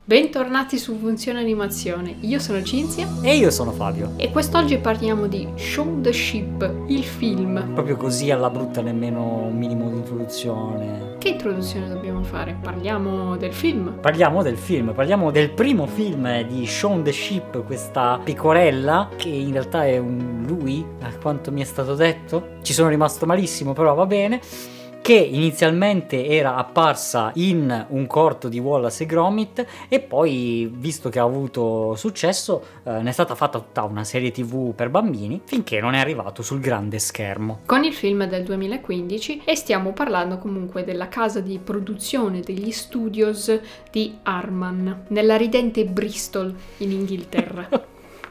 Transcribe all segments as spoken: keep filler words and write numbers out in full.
Bentornati su Funzione Animazione, io sono Cinzia e io sono Fabio e quest'oggi parliamo di Shaun the Sheep, il film. Proprio così alla brutta, nemmeno un minimo di introduzione. Che introduzione dobbiamo fare? Parliamo del film. Parliamo del film, parliamo del primo film di Shaun the Sheep, questa pecorella che in realtà è un lui, a quanto mi è stato detto. Ci sono rimasto malissimo, però va bene. Che inizialmente era apparsa in un corto di Wallace e Gromit e poi, visto che ha avuto successo, eh, ne è stata fatta tutta una serie tv per bambini finché non è arrivato sul grande schermo. Con il film del duemilaquindici e stiamo parlando comunque della casa di produzione degli studios di Harman, nella ridente Bristol in Inghilterra.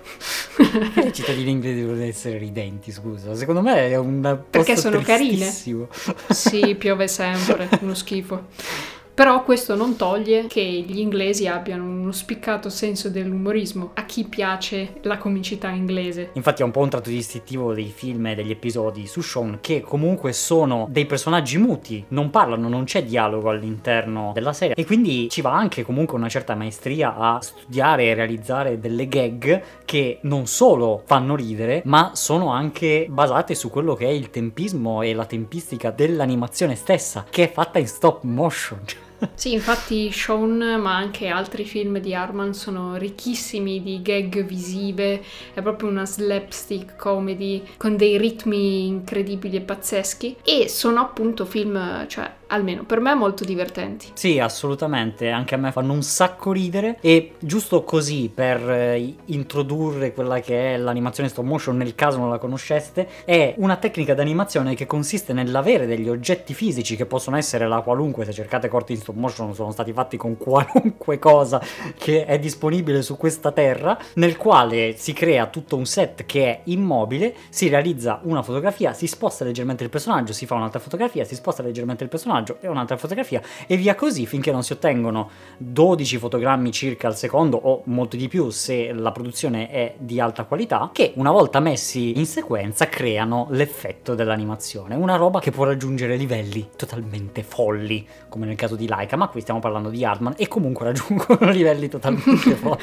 I cittadini inglesi devono essere ridenti, scusa. Secondo me è un posto perché sono carine. Sì, piove sempre, uno schifo. Però questo non toglie che gli inglesi abbiano uno spiccato senso dell'umorismo a chi piace la comicità inglese. Infatti è un po' un tratto distintivo dei film e degli episodi su Shaun, che comunque sono dei personaggi muti, non parlano, non c'è dialogo all'interno della serie e quindi ci va anche comunque una certa maestria a studiare e realizzare delle gag che non solo fanno ridere, ma sono anche basate su quello che è il tempismo e la tempistica dell'animazione stessa, che è fatta in stop motion. Sì, infatti Shaun, ma anche altri film di Harman sono ricchissimi di gag visive, è proprio una slapstick comedy con dei ritmi incredibili e pazzeschi e sono appunto film, cioè almeno per me molto divertenti. Sì, assolutamente, anche a me fanno un sacco ridere e giusto così per eh, introdurre quella che è l'animazione stop motion, nel caso non la conosceste, è una tecnica d'animazione che consiste nell'avere degli oggetti fisici che possono essere la qualunque, se cercate corti in stop motion sono stati fatti con qualunque cosa che è disponibile su questa terra, nel quale si crea tutto un set che è immobile, si realizza una fotografia, si sposta leggermente il personaggio, si fa un'altra fotografia, si sposta leggermente il personaggio e un'altra fotografia e via così finché non si ottengono dodici fotogrammi circa al secondo o molto di più se la produzione è di alta qualità, che una volta messi in sequenza creano l'effetto dell'animazione, una roba che può raggiungere livelli totalmente folli come nel caso di Laika, ma qui stiamo parlando di Harman e comunque raggiungono livelli totalmente folli.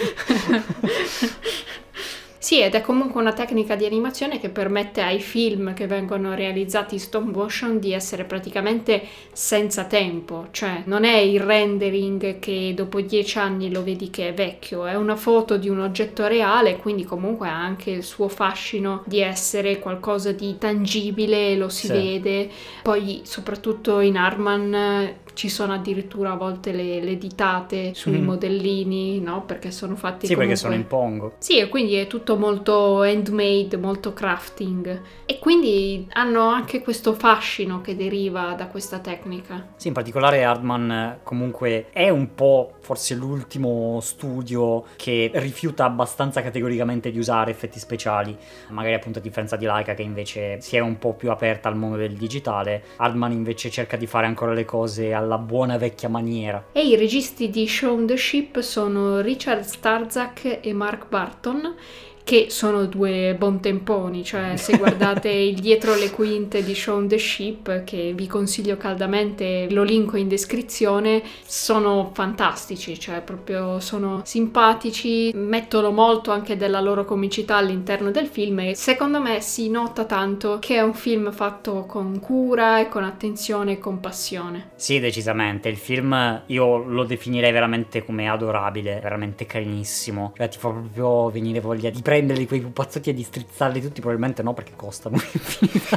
Sì, ed è comunque una tecnica di animazione che permette ai film che vengono realizzati in stop motion di essere praticamente senza tempo, cioè non è il rendering che dopo dieci anni lo vedi che è vecchio, è una foto di un oggetto reale, quindi comunque ha anche il suo fascino di essere qualcosa di tangibile, lo si sì. vede. Poi soprattutto in Harman ci sono addirittura a volte le, le ditate sui mm. modellini, no? Perché sono fatti sì, comunque... perché sono in pongo. Sì, e quindi è tutto molto handmade, molto crafting. E quindi hanno anche questo fascino che deriva da questa tecnica. Sì, in particolare Harman comunque è un po' forse l'ultimo studio che rifiuta abbastanza categoricamente di usare effetti speciali. Magari appunto a differenza di Laika che invece si è un po' più aperta al mondo del digitale. Harman invece cerca di fare ancora le cose alla buona vecchia maniera. E i registi di Shaun the Sheep sono Richard Starzak e Mark Barton, che sono due buontemponi, cioè se guardate il dietro le quinte di Shaun the Sheep, che vi consiglio caldamente, lo linko in descrizione, sono fantastici, cioè proprio sono simpatici, mettono molto anche della loro comicità all'interno del film e secondo me si nota tanto che è un film fatto con cura e con attenzione e con passione. Sì, decisamente, il film io lo definirei veramente come adorabile, veramente carinissimo, cioè ti fa proprio venire voglia di prenderli quei pupazzotti e di strizzarli tutti, probabilmente no perché costano un'infinità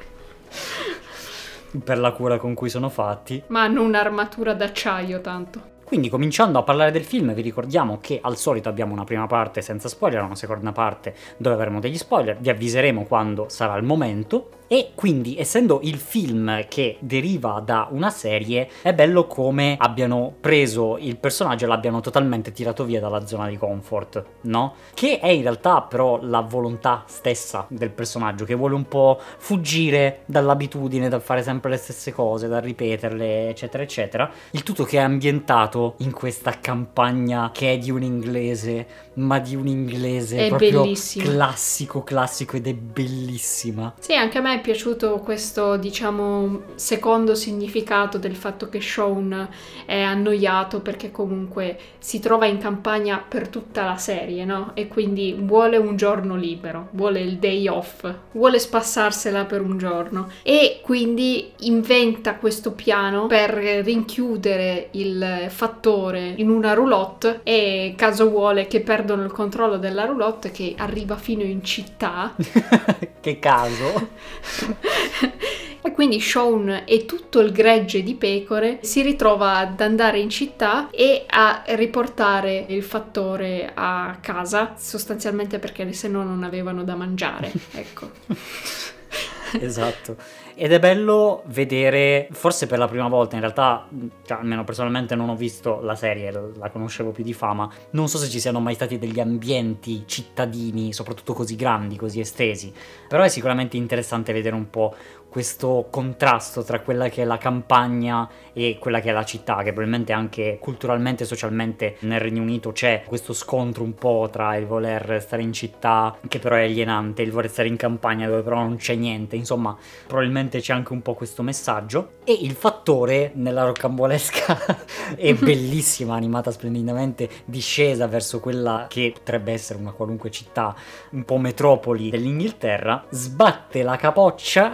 per la cura con cui sono fatti, ma hanno un'armatura d'acciaio tanto. Quindi cominciando a parlare del film vi ricordiamo che al solito abbiamo una prima parte senza spoiler, una seconda parte dove avremo degli spoiler, vi avviseremo quando sarà il momento. E quindi, essendo il film che deriva da una serie, è bello come abbiano preso il personaggio e l'abbiano totalmente tirato via dalla zona di comfort, no? Che è in realtà però la volontà stessa del personaggio, che vuole un po' fuggire dall'abitudine, dal fare sempre le stesse cose, dal ripeterle, eccetera, eccetera. Il tutto che è ambientato in questa campagna che è di un inglese, ma di un inglese è proprio bellissimo. classico, classico, ed è bellissima. Sì, anche a me è piaciuto questo, diciamo, secondo significato del fatto che Shaun è annoiato perché comunque si trova in campagna per tutta la serie, no? E quindi vuole un giorno libero, vuole il day off, vuole spassarsela per un giorno e quindi inventa questo piano per rinchiudere il fattore in una roulotte e caso vuole che perdono il controllo della roulotte che arriva fino in città. Che caso! E quindi Shaun e tutto il gregge di pecore si ritrova ad andare in città e a riportare il fattore a casa, sostanzialmente perché se no non avevano da mangiare, ecco. Esatto. Ed è bello vedere, forse per la prima volta, in realtà, cioè, almeno personalmente non ho visto la serie, la conoscevo più di fama, non so se ci siano mai stati degli ambienti cittadini, soprattutto così grandi, così estesi, però è sicuramente interessante vedere un po' questo contrasto tra quella che è la campagna e quella che è la città, che probabilmente anche culturalmente e socialmente nel Regno Unito c'è questo scontro un po' tra il voler stare in città, che però è alienante, il voler stare in campagna dove però non c'è niente, insomma, probabilmente c'è anche un po' questo messaggio. E il fattore, nella rocambolesca e bellissima, animata splendidamente, discesa verso quella che potrebbe essere una qualunque città, un po' metropoli dell'Inghilterra, sbatte la capoccia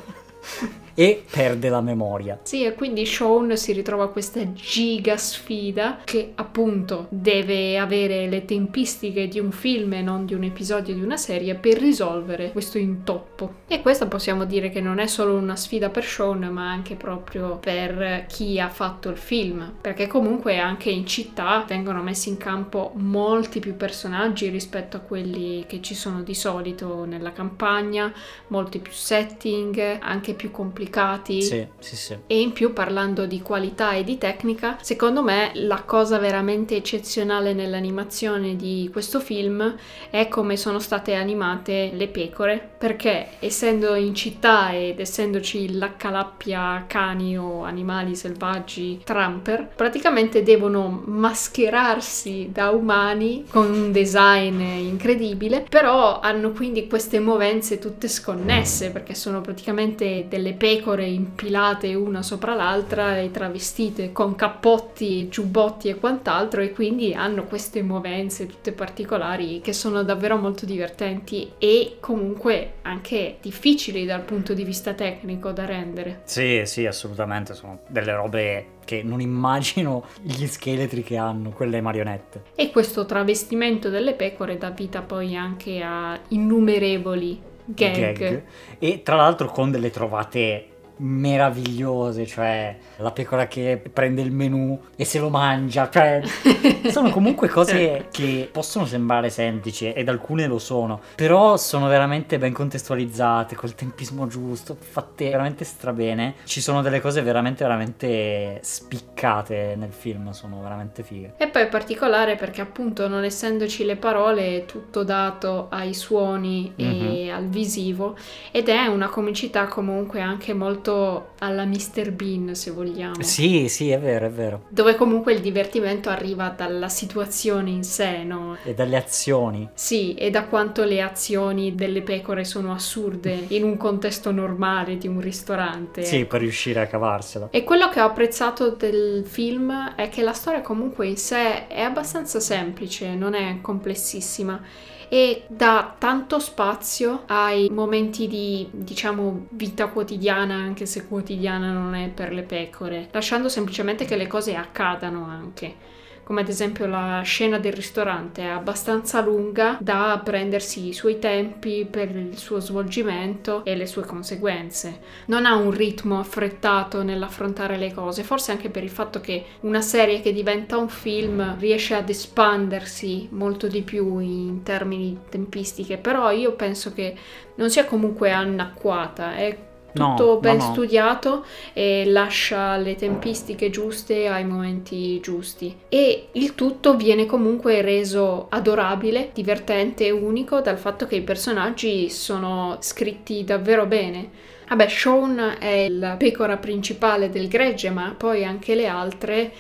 e perde la memoria. Sì, e quindi Shaun si ritrova questa giga sfida che appunto deve avere le tempistiche di un film e non di un episodio di una serie per risolvere questo intoppo. E questa possiamo dire che non è solo una sfida per Shaun, ma anche proprio per chi ha fatto il film, perché comunque anche in città vengono messi in campo molti più personaggi rispetto a quelli che ci sono di solito nella campagna, molti più setting, anche più complicati. Sì, sì, sì. E in più, parlando di qualità e di tecnica, secondo me la cosa veramente eccezionale nell'animazione di questo film è come sono state animate le pecore, perché essendo in città ed essendoci l'accalappia cani o animali selvaggi tramper, praticamente devono mascherarsi da umani con un design incredibile, però hanno quindi queste movenze tutte sconnesse perché sono praticamente delle pecore impilate una sopra l'altra e travestite con cappotti, giubbotti e quant'altro, e quindi hanno queste movenze tutte particolari che sono davvero molto divertenti e comunque anche difficili dal punto di vista tecnico da rendere. Sì, sì, assolutamente, sono delle robe che non immagino gli scheletri che hanno quelle marionette. E questo travestimento delle pecore dà vita poi anche a innumerevoli Gag. gag e tra l'altro con delle trovate meravigliose, cioè la pecora che prende il menù e se lo mangia, cioè sono comunque cose che possono sembrare semplici ed alcune lo sono, però sono veramente ben contestualizzate, col tempismo giusto, fatte veramente strabene. Ci sono delle cose veramente veramente spiccate nel film, sono veramente fighe. E poi è particolare perché appunto, non essendoci le parole, è tutto dato ai suoni e mm-hmm. al visivo, ed è una comicità comunque anche molto alla mister Bean, se vogliamo. Sì, sì, è vero, è vero. Dove comunque il divertimento arriva dalla situazione in sé, no? E dalle azioni. Sì, e da quanto le azioni delle pecore sono assurde in un contesto normale di un ristorante. Sì, ecco. Per riuscire a cavarsela. E quello che ho apprezzato del film è che la storia comunque in sé è abbastanza semplice, non è complessissima, e dà tanto spazio ai momenti di, diciamo, vita quotidiana, anche se quotidiana non è per le pecore, lasciando semplicemente che le cose accadano anche. Come ad esempio la scena del ristorante è abbastanza lunga da prendersi i suoi tempi per il suo svolgimento e le sue conseguenze. Non ha un ritmo affrettato nell'affrontare le cose, forse anche per il fatto che una serie che diventa un film riesce ad espandersi molto di più in termini di tempistiche, però io penso che non sia comunque anacquata, è tutto no, ben no, no. studiato e lascia le tempistiche giuste ai momenti giusti, e il tutto viene comunque reso adorabile, divertente e unico dal fatto che i personaggi sono scritti davvero bene. Vabbè, Shaun è la pecora principale del gregge, ma poi anche le altre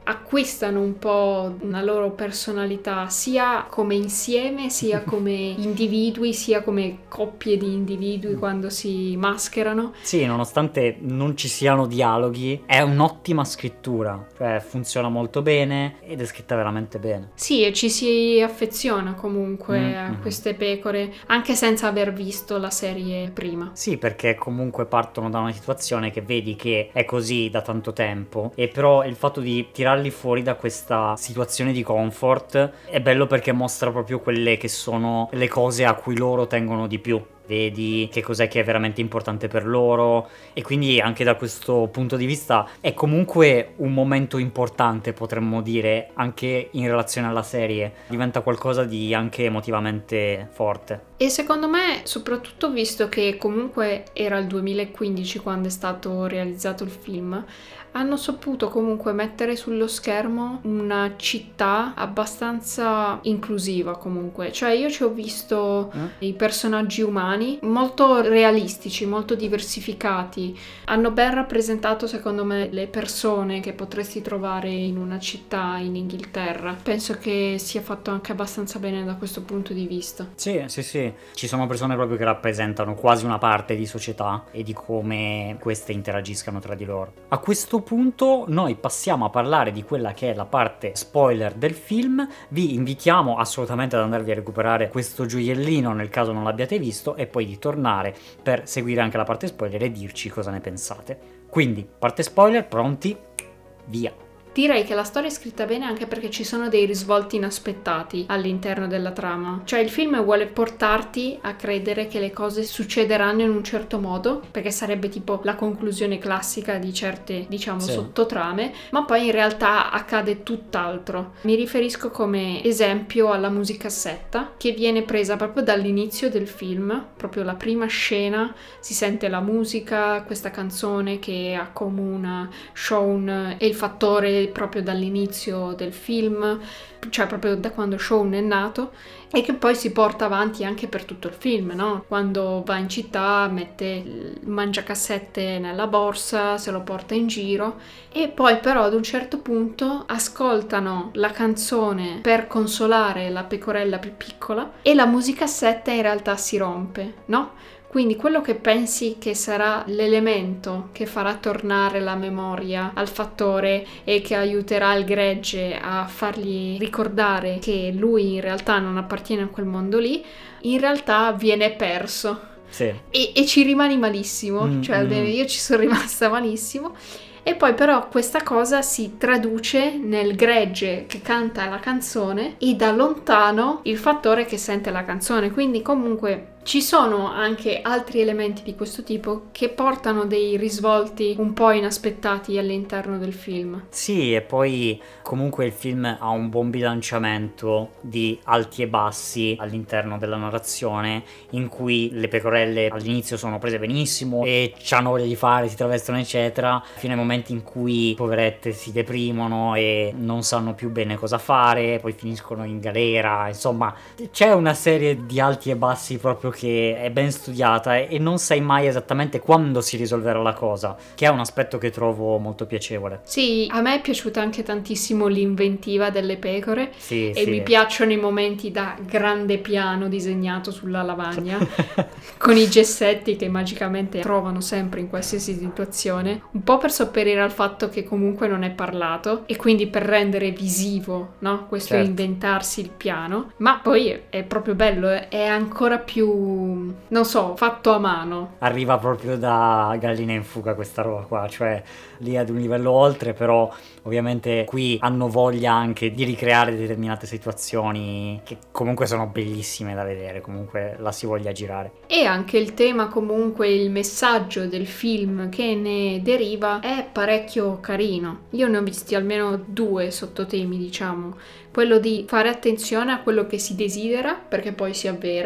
acquistano un po' una loro personalità sia come insieme, sia come individui, sia come coppie di individui quando si mascherano. Sì, nonostante non ci siano dialoghi, è un'ottima scrittura, cioè funziona molto bene ed è scritta veramente bene. Sì, e ci si affeziona comunque Mm-hmm. a queste pecore, anche senza aver visto la serie prima. Sì, perché comunque partono da una situazione che vedi che è così da tanto tempo, e però il fatto di tirarli fuori da questa situazione di comfort è bello perché mostra proprio quelle che sono le cose a cui loro tengono di più. Vedi che cos'è che è veramente importante per loro, e quindi anche da questo punto di vista è comunque un momento importante, potremmo dire, anche in relazione alla serie. Diventa qualcosa di anche emotivamente forte. E secondo me, soprattutto visto che comunque era il duemilaquindici quando è stato realizzato il film, hanno saputo comunque mettere sullo schermo una città abbastanza inclusiva comunque. Cioè io ci ho visto eh? i personaggi umani molto realistici, molto diversificati. Hanno ben rappresentato secondo me le persone che potresti trovare in una città in Inghilterra. Penso che sia fatto anche abbastanza bene da questo punto di vista. Sì, sì, sì. Ci sono persone proprio che rappresentano quasi una parte di società e di come queste interagiscano tra di loro. A questo punto noi passiamo a parlare di quella che è la parte spoiler del film. Vi invitiamo assolutamente ad andarvi a recuperare questo gioiellino nel caso non l'abbiate visto, e poi di tornare per seguire anche la parte spoiler e dirci cosa ne pensate. Quindi, parte spoiler, pronti? Via! Direi che la storia è scritta bene anche perché ci sono dei risvolti inaspettati all'interno della trama. Cioè il film vuole portarti a credere che le cose succederanno in un certo modo, perché sarebbe tipo la conclusione classica di certe, diciamo, sì. sottotrame, ma poi in realtà accade tutt'altro. Mi riferisco come esempio alla musicassetta, che viene presa proprio dall'inizio del film, proprio la prima scena, si sente la musica, questa canzone che accomuna Shaun e il fattore proprio dall'inizio del film, cioè proprio da quando Shaun è nato, e che poi si porta avanti anche per tutto il film, no? Quando va in città mette il mangiacassette nella borsa, se lo porta in giro, e poi però ad un certo punto ascoltano la canzone per consolare la pecorella più piccola e la musicassetta in realtà si rompe, no? Quindi quello che pensi che sarà l'elemento che farà tornare la memoria al fattore e che aiuterà il gregge a fargli ricordare che lui in realtà non appartiene a quel mondo lì, in realtà viene perso. Sì. E, e ci rimani malissimo, mm, cioè mm. io ci sono rimasta malissimo. E poi però questa cosa si traduce nel gregge che canta la canzone e da lontano il fattore che sente la canzone, quindi comunque ci sono anche altri elementi di questo tipo che portano dei risvolti un po' inaspettati all'interno del film. Sì, e poi comunque il film ha un buon bilanciamento di alti e bassi all'interno della narrazione, in cui le pecorelle all'inizio sono prese benissimo e hanno voglia di fare, si travestono eccetera, fino ai momenti in cui poverette si deprimono e non sanno più bene cosa fare, poi finiscono in galera, insomma c'è una serie di alti e bassi proprio che è ben studiata e non sai mai esattamente quando si risolverà la cosa, che è un aspetto che trovo molto piacevole. Sì, a me è piaciuta anche tantissimo l'inventiva delle pecore, sì, e sì. mi piacciono i momenti da grande piano disegnato sulla lavagna con i gessetti che magicamente trovano sempre in qualsiasi situazione, un po' per sopperire al fatto che comunque non è parlato e quindi per rendere visivo, no? Questo certo. Inventarsi il piano, ma poi è, è proprio bello, è ancora più, non so, fatto a mano. Arriva proprio da Gallina in fuga questa roba qua, cioè lì ad un livello oltre, però ovviamente qui hanno voglia anche di ricreare determinate situazioni che comunque sono bellissime da vedere, comunque la si voglia girare. E anche il tema, comunque il messaggio del film che ne deriva è parecchio carino. Io ne ho visti almeno due sottotemi, diciamo, quello di fare attenzione a quello che si desidera perché poi si avvera,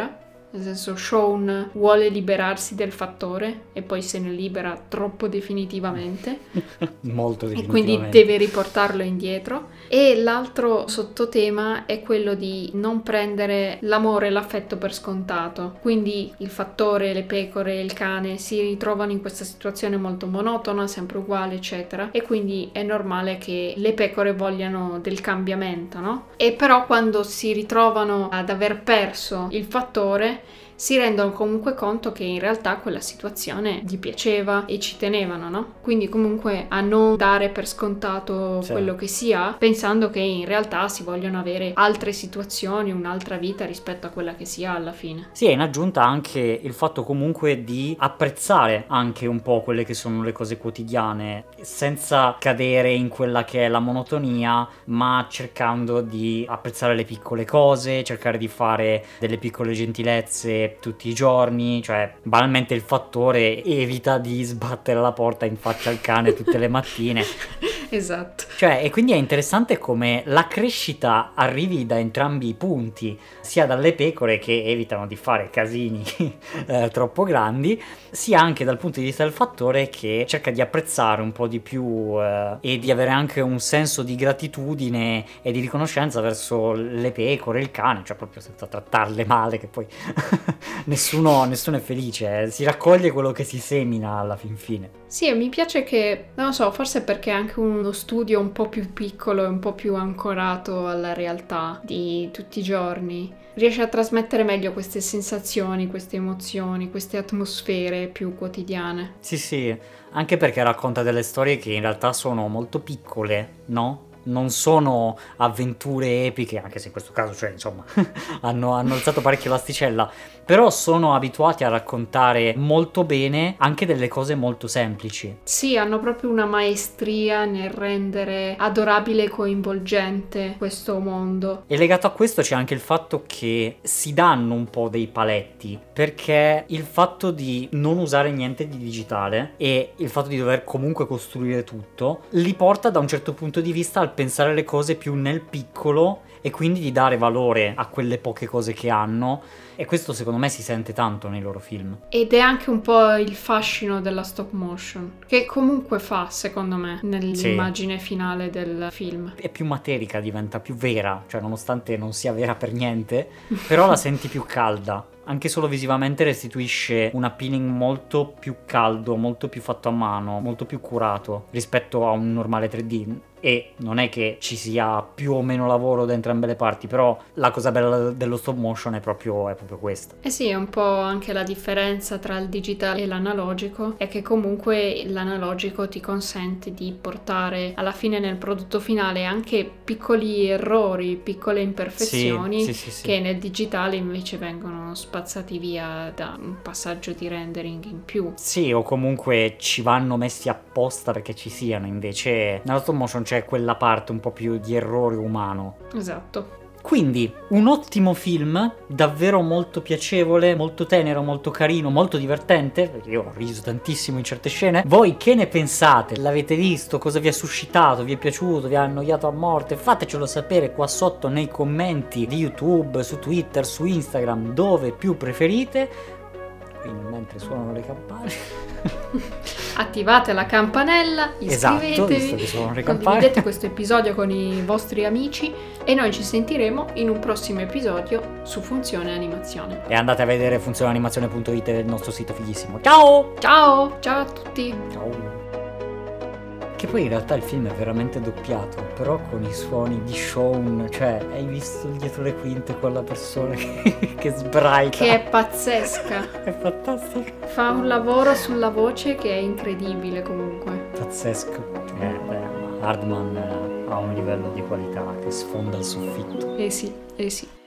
Nel senso, Shaun vuole liberarsi del fattore e poi se ne libera troppo definitivamente. Molto definitivamente. E quindi deve riportarlo indietro. E l'altro sottotema è quello di non prendere l'amore e l'affetto per scontato. Quindi il fattore, le pecore e il cane si ritrovano in questa situazione molto monotona, sempre uguale, eccetera. E quindi è normale che le pecore vogliano del cambiamento, no? E però quando si ritrovano ad aver perso il fattore, si rendono comunque conto che in realtà quella situazione gli piaceva e ci tenevano, no? Quindi comunque a non dare per scontato sì. quello che si ha, pensando che in realtà si vogliono avere altre situazioni, un'altra vita rispetto a quella che si ha alla fine. Sì, e in aggiunta anche il fatto comunque di apprezzare anche un po' quelle che sono le cose quotidiane, senza cadere in quella che è la monotonia, ma cercando di apprezzare le piccole cose, cercare di fare delle piccole gentilezze tutti i giorni, cioè banalmente il fattore evita di sbattere la porta in faccia al cane tutte le mattine. Esatto. Cioè, e quindi è interessante come la crescita arrivi da entrambi i punti, sia dalle pecore che evitano di fare casini eh, troppo grandi, sia anche dal punto di vista del fattore che cerca di apprezzare un po' di più eh, e di avere anche un senso di gratitudine e di riconoscenza verso le pecore, il cane, cioè proprio senza trattarle male, che poi nessuno, nessuno è felice, eh. Si raccoglie quello che si semina alla fin fine. Sì, e mi piace che, non lo so, forse perché è anche uno studio un po' più piccolo e un po' più ancorato alla realtà di tutti i giorni, riesce a trasmettere meglio queste sensazioni, queste emozioni, queste atmosfere più quotidiane. Sì, sì, anche perché racconta delle storie che in realtà sono molto piccole, no? Non sono avventure epiche, anche se in questo caso, cioè, insomma, hanno, hanno alzato parecchio l'asticella, però sono abituati a raccontare molto bene anche delle cose molto semplici. Sì, hanno proprio una maestria nel rendere adorabile e coinvolgente questo mondo. E legato a questo c'è anche il fatto che si danno un po' dei paletti, perché il fatto di non usare niente di digitale e il fatto di dover comunque costruire tutto li porta da un certo punto di vista al pensare le cose più nel piccolo e quindi di dare valore a quelle poche cose che hanno, e questo secondo me si sente tanto nei loro film. Ed è anche un po' il fascino della stop motion, che comunque fa, secondo me, nell'immagine sì. finale del film. È più materica, diventa più vera, cioè nonostante non sia vera per niente, però la senti più calda. Anche solo visivamente restituisce un appealing molto più caldo, molto più fatto a mano, molto più curato rispetto a un normale tre D. E non è che ci sia più o meno lavoro da entrambe le parti, però la cosa bella dello stop motion è proprio, è proprio questa. Eh sì, è un po' anche la differenza tra il digitale e l'analogico, è che comunque l'analogico ti consente di portare alla fine nel prodotto finale anche piccoli errori, piccole imperfezioni, sì, sì, sì, sì. che nel digitale invece vengono spazzati via da un passaggio di rendering in più. Sì, o comunque ci vanno messi apposta perché ci siano, invece nello stop motion c'è quella parte un po' più di errore umano. Esatto. Quindi un ottimo film, davvero molto piacevole, molto tenero, molto carino, molto divertente, perché io ho riso tantissimo in certe scene. Voi che ne pensate? L'avete visto? Cosa vi ha suscitato? Vi è piaciuto? Vi ha annoiato a morte? Fatecelo sapere qua sotto nei commenti di YouTube, su Twitter, su Instagram, dove più preferite. Quindi mentre suonano le campane attivate la campanella, iscrivetevi, esatto, visto che suonano le campane, condividete questo episodio con i vostri amici e noi ci sentiremo in un prossimo episodio su Funzione Animazione. E andate a vedere funzioneanimazione punto it, il nostro sito fighissimo. Ciao! Ciao! Ciao a tutti! Ciao! Che poi in realtà il film è veramente doppiato, però con i suoni di Shaun, cioè hai visto dietro le quinte quella persona che, che sbraita? Che è pazzesca! È fantastico! Fa un lavoro sulla voce che è incredibile comunque. Pazzesco! Eh, beh, Hardman ha un livello di qualità che sfonda il soffitto. Eh sì, eh sì.